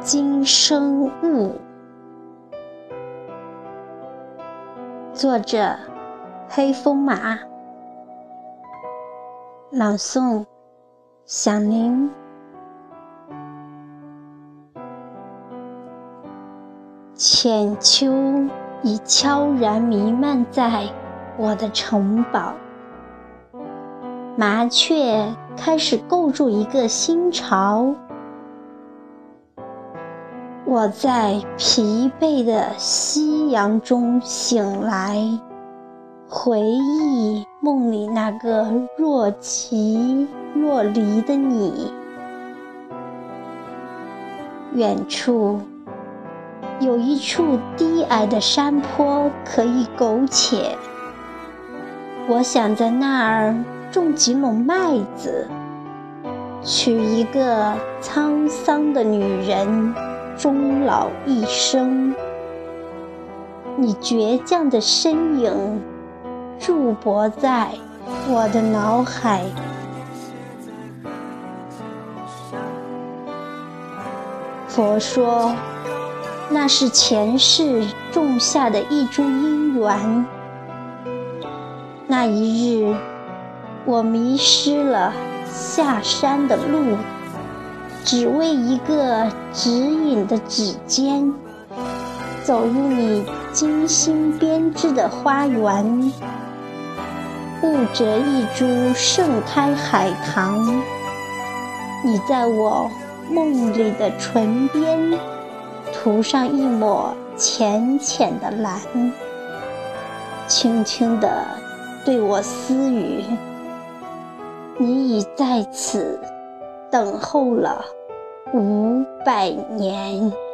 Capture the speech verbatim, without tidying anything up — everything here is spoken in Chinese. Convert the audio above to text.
今生物。作者黑风马，朗诵响铃。浅秋已悄然弥漫在我的城堡，麻雀开始构筑一个新巢。我在疲惫的夕阳中醒来，回忆梦里那个若即若离的你。远处有一处低矮的山坡可以苟且，我想在那儿种几垄麦子，娶一个沧桑的女人，终老一生。你倔强的身影驻泊在我的脑海。佛说那是前世种下的一株因缘。那一日我迷失了下山的路，只为一个指引的指尖，走入你精心编织的花园，误折一株盛开海棠。你在我梦里的唇边涂上一抹浅浅的蓝，轻轻地对我私语，你已在此等候了五百年。